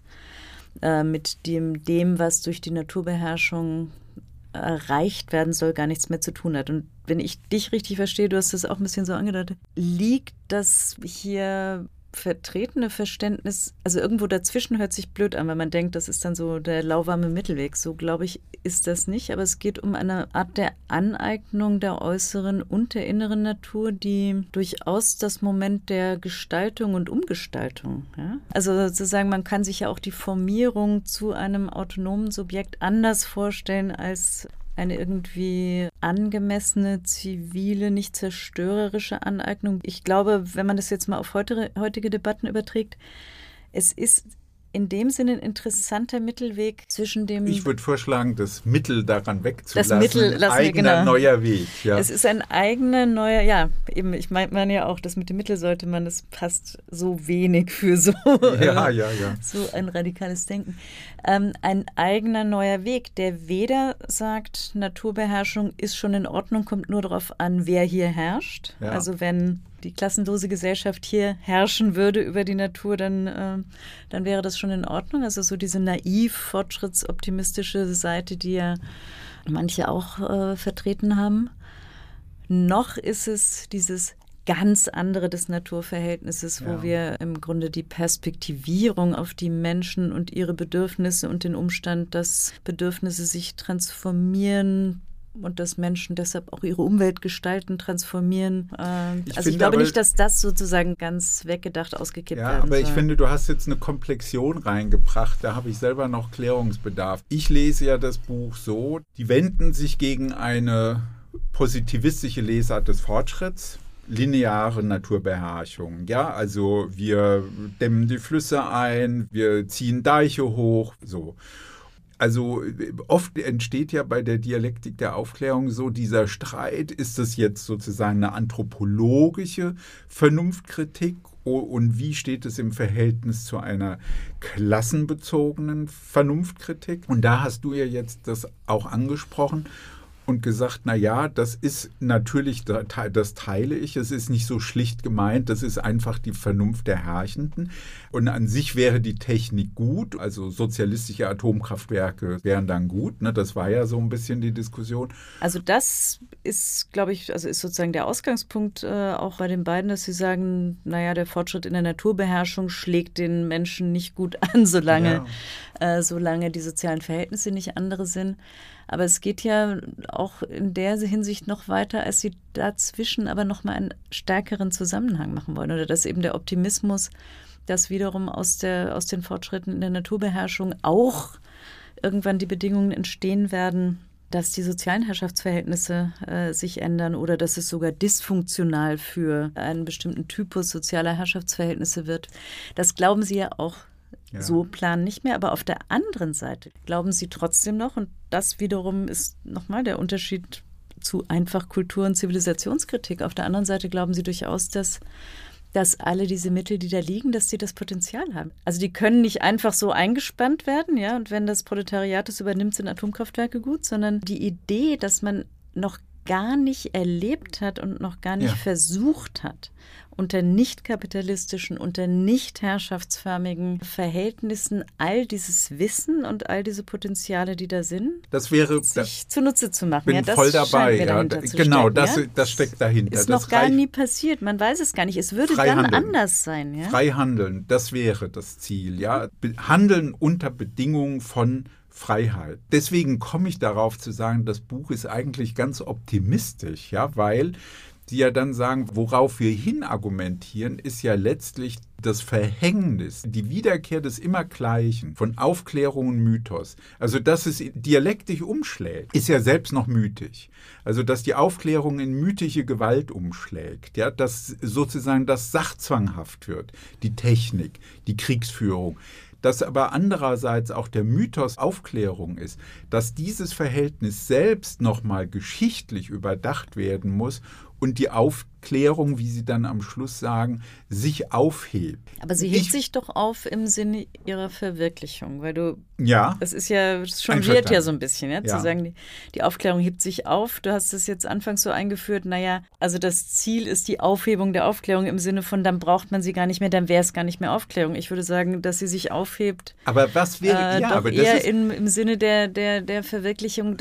mit dem, dem, was durch die Naturbeherrschung erreicht werden soll, gar nichts mehr zu tun hat. Und wenn ich dich richtig verstehe, du hast das auch ein bisschen so angedeutet, liegt das hier vertretene Verständnis, also irgendwo dazwischen hört sich blöd an, weil man denkt, das ist dann so der lauwarme Mittelweg. So, glaube ich, ist das nicht. Aber es geht um eine Art der Aneignung der äußeren und der inneren Natur, die durchaus das Moment der Gestaltung und Umgestaltung. Ja? Also sozusagen, man kann sich ja auch die Formierung zu einem autonomen Subjekt anders vorstellen als eine irgendwie angemessene, zivile, nicht zerstörerische Aneignung. Ich glaube, wenn man das jetzt mal auf heute, heutige Debatten überträgt, es ist in dem Sinne ein interessanter Mittelweg zwischen dem... Ich würde vorschlagen, das Mittel daran wegzulassen. Das Mittel lassen ein eigener wir, genau. neuer Weg. Ja. Es ist ein eigener neuer, ja, eben, ich meine mein ja auch, das mit dem Mittel sollte man, das passt so wenig für so, ja, ja, ja. so ein radikales Denken. Ähm, ein eigener neuer Weg, der weder sagt, Naturbeherrschung ist schon in Ordnung, kommt nur darauf an, wer hier herrscht. Ja. Also wenn die klassenlose Gesellschaft hier herrschen würde über die Natur, dann, äh, dann wäre das schon in Ordnung. Also so diese naiv fortschrittsoptimistische Seite, die ja manche auch äh, vertreten haben. Noch ist es dieses ganz andere des Naturverhältnisses, wo ja. wir im Grunde die Perspektivierung auf die Menschen und ihre Bedürfnisse und den Umstand, dass Bedürfnisse sich transformieren, und dass Menschen deshalb auch ihre Umwelt gestalten, transformieren. Ich also ich glaube aber, nicht, dass das sozusagen ganz weggedacht ausgekippt ja, werden aber soll. Ich finde, du hast jetzt eine Komplexion reingebracht, da habe ich selber noch Klärungsbedarf. Ich lese ja das Buch so, die wenden sich gegen eine positivistische Lesart des Fortschritts, lineare Naturbeherrschung. Ja, also wir dämmen die Flüsse ein, wir ziehen Deiche hoch, so. Also oft entsteht ja bei der Dialektik der Aufklärung so dieser Streit, ist das jetzt sozusagen eine anthropologische Vernunftkritik und wie steht es im Verhältnis zu einer klassenbezogenen Vernunftkritik? Und da hast du ja jetzt das auch angesprochen und gesagt, na ja, das ist natürlich, das teile ich, es ist nicht so schlicht gemeint, das ist einfach die Vernunft der Herrschenden. Und an sich wäre die Technik gut, also sozialistische Atomkraftwerke wären dann gut, ne? Das war ja so ein bisschen die Diskussion. Also das ist, glaube ich, also ist sozusagen der Ausgangspunkt äh, auch bei den beiden, dass sie sagen, naja, der Fortschritt in der Naturbeherrschung schlägt den Menschen nicht gut an, solange, ja. äh, solange die sozialen Verhältnisse nicht andere sind. Aber es geht ja auch in der Hinsicht noch weiter, als sie dazwischen aber noch mal einen stärkeren Zusammenhang machen wollen. Oder dass eben der Optimismus, dass wiederum aus, der, aus den Fortschritten in der Naturbeherrschung auch irgendwann die Bedingungen entstehen werden, dass die sozialen Herrschaftsverhältnisse äh, sich ändern oder dass es sogar dysfunktional für einen bestimmten Typus sozialer Herrschaftsverhältnisse wird. Das glauben sie ja auch. Ja. So planen nicht mehr, aber auf der anderen Seite glauben sie trotzdem noch, und das wiederum ist nochmal der Unterschied zu einfach Kultur- und Zivilisationskritik. Auf der anderen Seite glauben sie durchaus, dass, dass alle diese Mittel, die da liegen, dass sie das Potenzial haben. Also die können nicht einfach so eingespannt werden, ja, und wenn das Proletariat es übernimmt, sind Atomkraftwerke gut, sondern die Idee, dass man noch gar nicht erlebt hat und noch gar nicht ja. versucht hat, unter nicht kapitalistischen, unter nicht herrschaftsförmigen Verhältnissen all dieses Wissen und all diese Potenziale, die da sind, das wäre, sich das zunutze zu machen. Bin ja, das voll dabei. Ja, genau, stecken, das, ja? das steckt dahinter. Ist das noch gar reich, nie passiert. Man weiß es gar nicht. Es würde frei dann handeln. anders sein. Ja? Frei handeln, das wäre das Ziel. Ja? Handeln unter Bedingungen von Freiheit. Deswegen komme ich darauf zu sagen, das Buch ist eigentlich ganz optimistisch, ja, weil die ja dann sagen, worauf wir hin argumentieren, ist ja letztlich das Verhängnis, die Wiederkehr des Immergleichen von Aufklärung und Mythos. Also, dass es dialektisch umschlägt, ist ja selbst noch mythisch. Also, dass die Aufklärung in mythische Gewalt umschlägt, ja, dass sozusagen das sachzwanghaft wird, die Technik, die Kriegsführung. Dass aber andererseits auch der Mythos Aufklärung ist, dass dieses Verhältnis selbst nochmal geschichtlich überdacht werden muss und die Aufklärung, wie Sie dann am Schluss sagen, sich aufhebt. Aber sie hebt ich, sich doch auf im Sinne ihrer Verwirklichung, weil du, ja, das ist ja, das changiert ja so ein bisschen, ja, ja. zu sagen, die, die Aufklärung hebt sich auf. Du hast es jetzt anfangs so eingeführt, naja, also das Ziel ist die Aufhebung der Aufklärung im Sinne von, dann braucht man sie gar nicht mehr, dann wäre es gar nicht mehr Aufklärung. Ich würde sagen, dass sie sich aufhebt. Aber was wäre, äh, ja, doch aber eher das ist, im, im Sinne der, der, der Verwirklichung des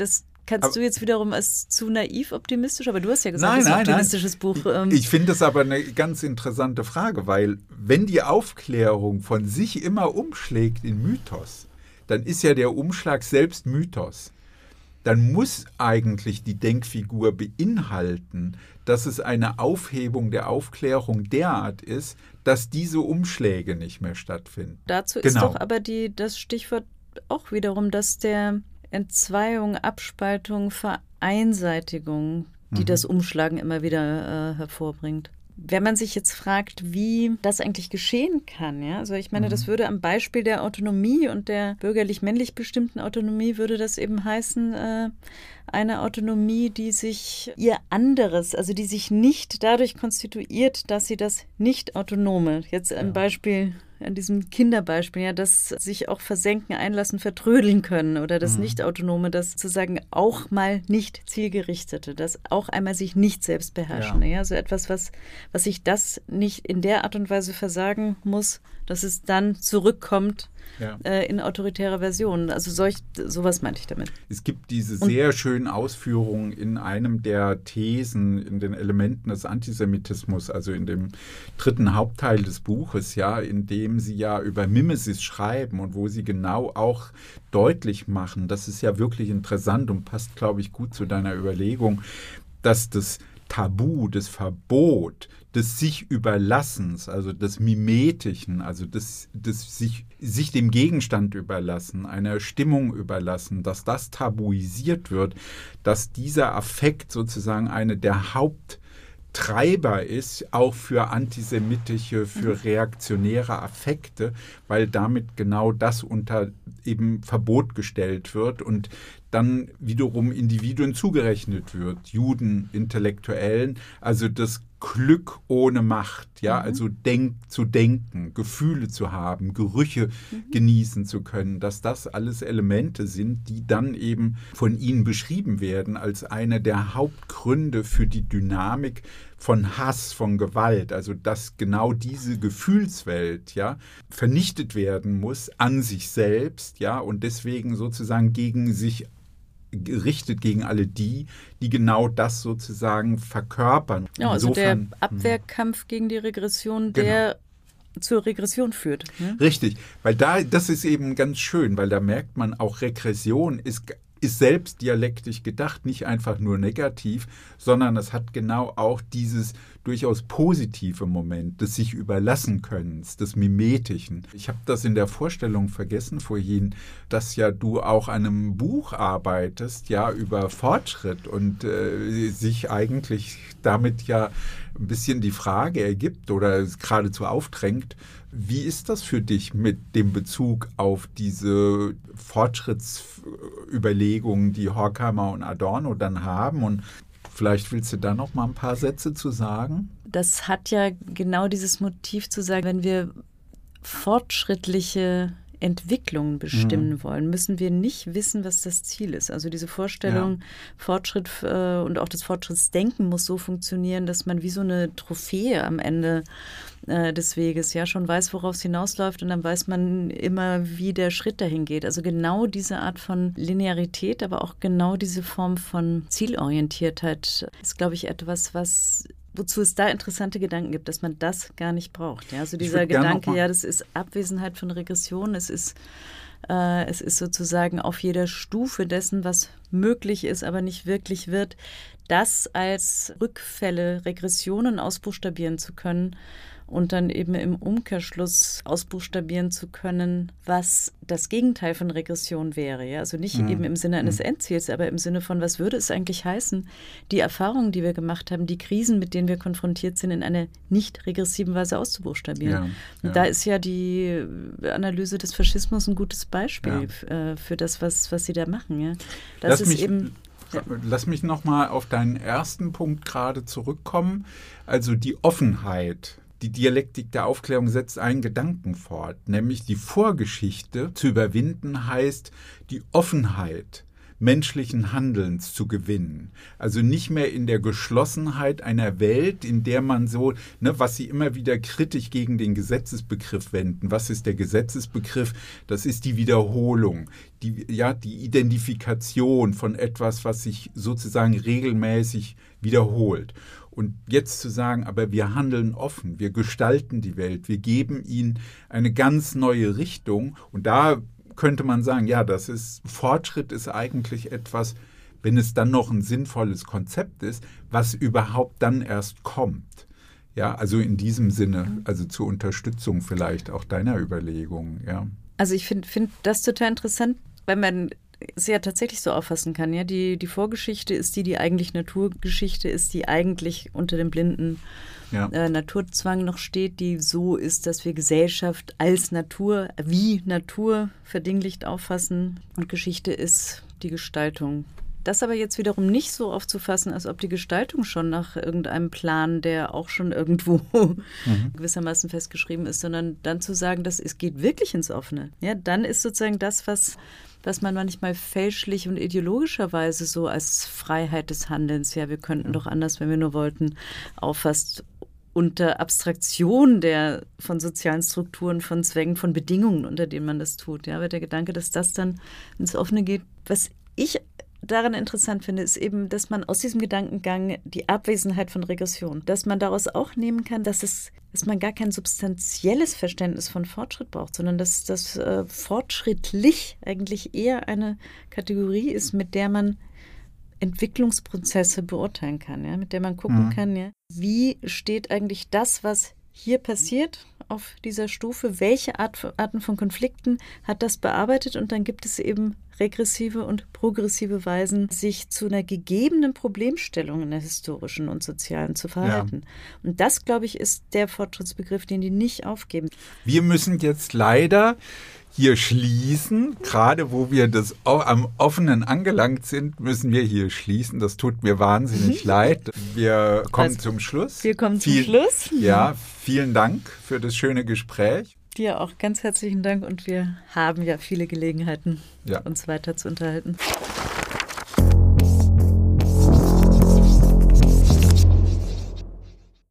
kannst aber, du jetzt wiederum als zu naiv optimistisch, aber du hast ja gesagt, nein, das ist ein nein, optimistisches nein. Buch. Ähm. Ich, ich finde das aber eine ganz interessante Frage, weil wenn die Aufklärung von sich immer umschlägt in Mythos, dann ist ja der Umschlag selbst Mythos. Dann muss eigentlich die Denkfigur beinhalten, dass es eine Aufhebung der Aufklärung derart ist, dass diese Umschläge nicht mehr stattfinden. Dazu genau. ist doch aber die, das Stichwort auch wiederum, dass der Entzweiung, Abspaltung, Vereinseitigung, die mhm. das Umschlagen immer wieder äh, hervorbringt. Wenn man sich jetzt fragt, wie das eigentlich geschehen kann, ja, also ich meine, mhm. das würde am Beispiel der Autonomie und der bürgerlich-männlich bestimmten Autonomie würde das eben heißen, äh, eine Autonomie, die sich ihr anderes, also die sich nicht dadurch konstituiert, dass sie das Nicht-Autonome, jetzt ein ja. Beispiel an diesem Kinderbeispiel, ja, das sich auch versenken, einlassen, vertrödeln können oder das mhm. Nicht-Autonome, das sozusagen auch mal nicht Zielgerichtete, das auch einmal sich nicht selbst beherrschen. Ja. Ja, so etwas, was, was sich das nicht in der Art und Weise versagen muss, dass es dann zurückkommt ja. äh, in autoritärer Version. Also solch, sowas meinte ich damit. Es gibt diese sehr und, schönen Ausführungen in einem der Thesen, in den Elementen des Antisemitismus, also in dem dritten Hauptteil des Buches, ja, in dem sie ja über Mimesis schreiben und wo sie genau auch deutlich machen, das ist ja wirklich interessant und passt, glaube ich, gut zu deiner Überlegung, dass das Tabu, das Verbot des sich Überlassens, also des Mimetischen, also des, des sich, sich dem Gegenstand überlassen, einer Stimmung überlassen, dass das tabuisiert wird, dass dieser Affekt sozusagen eine der Haupttreiber ist, auch für antisemitische, für reaktionäre Affekte, weil damit genau das unter eben Verbot gestellt wird und dann wiederum Individuen zugerechnet wird, Juden, Intellektuellen, also das Glück ohne Macht, ja, mhm. also denk, zu denken, Gefühle zu haben, Gerüche mhm. genießen zu können, dass das alles Elemente sind, die dann eben von ihnen beschrieben werden als eine der Hauptgründe für die Dynamik von Hass, von Gewalt, also dass genau diese Gefühlswelt, ja, vernichtet werden muss an sich selbst, ja, und deswegen sozusagen gegen sich gerichtet gegen alle die, die genau das sozusagen verkörpern. Ja, also Insofern, der Abwehrkampf gegen die Regression, der genau. zur Regression führt. Ne? Richtig, weil da, das ist eben ganz schön, weil da merkt man auch, Regression ist, ist selbst dialektisch gedacht, nicht einfach nur negativ, sondern es hat genau auch dieses durchaus positive Moment des sich überlassen Könnens, des Mimetischen. Ich habe das in der Vorstellung vergessen vorhin, dass ja du auch an einem Buch arbeitest, ja, über Fortschritt und äh, sich eigentlich damit ja ein bisschen die Frage ergibt oder geradezu aufdrängt, wie ist das für dich mit dem Bezug auf diese Fortschrittsüberlegungen, die Horkheimer und Adorno dann haben? Und vielleicht willst du da noch mal ein paar Sätze zu sagen? Das hat ja genau dieses Motiv zu sagen, wenn wir fortschrittliche Entwicklungen bestimmen mhm. wollen, müssen wir nicht wissen, was das Ziel ist. Also diese Vorstellung, ja. Fortschritt äh, und auch das Fortschrittsdenken muss so funktionieren, dass man wie so eine Trophäe am Ende äh, des Weges ja schon weiß, worauf es hinausläuft und dann weiß man immer, wie der Schritt dahin geht. Also genau diese Art von Linearität, aber auch genau diese Form von Zielorientiertheit ist, glaube ich, etwas, was wozu es da interessante Gedanken gibt, dass man das gar nicht braucht. Ja, also dieser Gedanke, ja, das ist Abwesenheit von Regression, es ist, äh, es ist sozusagen auf jeder Stufe dessen, was möglich ist, aber nicht wirklich wird, das als Rückfälle, Regressionen ausbuchstabieren zu können und dann eben im Umkehrschluss ausbuchstabieren zu können, was das Gegenteil von Regression wäre. Ja? Also nicht mhm. eben im Sinne eines Endziels, aber im Sinne von, was würde es eigentlich heißen, die Erfahrungen, die wir gemacht haben, die Krisen, mit denen wir konfrontiert sind, in einer nicht regressiven Weise auszubuchstabieren. Ja, ja. Und da ist ja die Analyse des Faschismus ein gutes Beispiel ja. äh, für das, was, was sie da machen. Ja? Das Lass ist mich eben... Ja. Lass mich noch mal auf deinen ersten Punkt gerade zurückkommen, also die Offenheit. Die Dialektik der Aufklärung setzt einen Gedanken fort, nämlich die Vorgeschichte zu überwinden heißt, die Offenheit menschlichen Handelns zu gewinnen. Also nicht mehr in der Geschlossenheit einer Welt, in der man so, ne, was sie immer wieder kritisch gegen den Gesetzesbegriff wenden. Was ist der Gesetzesbegriff? Das ist die Wiederholung, die, ja, die Identifikation von etwas, was sich sozusagen regelmäßig wiederholt. Und jetzt zu sagen, aber wir handeln offen, wir gestalten die Welt, wir geben ihnen eine ganz neue Richtung. Und da könnte man sagen, ja, das ist, Fortschritt ist eigentlich etwas, wenn es dann noch ein sinnvolles Konzept ist, was überhaupt dann erst kommt. Ja, also in diesem Sinne, also zur Unterstützung vielleicht auch deiner Überlegungen, ja. Also ich finde find das total interessant, weil man es ja tatsächlich so auffassen kann. Ja, die, die Vorgeschichte ist die, die eigentlich Naturgeschichte ist, die eigentlich unter dem blinden ja. äh, Naturzwang noch steht, die so ist, dass wir Gesellschaft als Natur, wie Natur verdinglicht auffassen. Und Geschichte ist die Gestaltung. Das aber jetzt wiederum nicht so aufzufassen, als ob die Gestaltung schon nach irgendeinem Plan, der auch schon irgendwo mhm. gewissermaßen festgeschrieben ist, sondern dann zu sagen, dass es geht wirklich ins Offene. Ja, dann ist sozusagen das, was was man manchmal fälschlich und ideologischerweise so als Freiheit des Handelns, ja, wir könnten doch anders, wenn wir nur wollten, auffasst, unter Abstraktion der von sozialen Strukturen, von Zwängen, von Bedingungen, unter denen man das tut. Ja, aber der Gedanke, dass das dann ins Offene geht, was ich daran interessant finde, ist eben, dass man aus diesem Gedankengang die Abwesenheit von Regression, dass man daraus auch nehmen kann, dass es, dass man gar kein substanzielles Verständnis von Fortschritt braucht, sondern dass das äh, fortschrittlich eigentlich eher eine Kategorie ist, mit der man Entwicklungsprozesse beurteilen kann, ja, mit der man gucken mhm. kann, ja, wie steht eigentlich das, was hier passiert auf dieser Stufe, welche Art, Arten von Konflikten hat das bearbeitet, und dann gibt es eben regressive und progressive Weisen, sich zu einer gegebenen Problemstellung in der historischen und sozialen zu verhalten. Ja. Und das, glaube ich, ist der Fortschrittsbegriff, den die nicht aufgeben. Wir müssen jetzt leider hier schließen. Gerade wo wir das am Offenen angelangt sind, müssen wir hier schließen. Das tut mir wahnsinnig leid. Wir kommen also, zum Schluss. Wir kommen Viel, zum Schluss. Ja, vielen Dank für das schöne Gespräch. Dir auch ganz herzlichen Dank, und wir haben ja viele Gelegenheiten, ja. uns weiter zu unterhalten.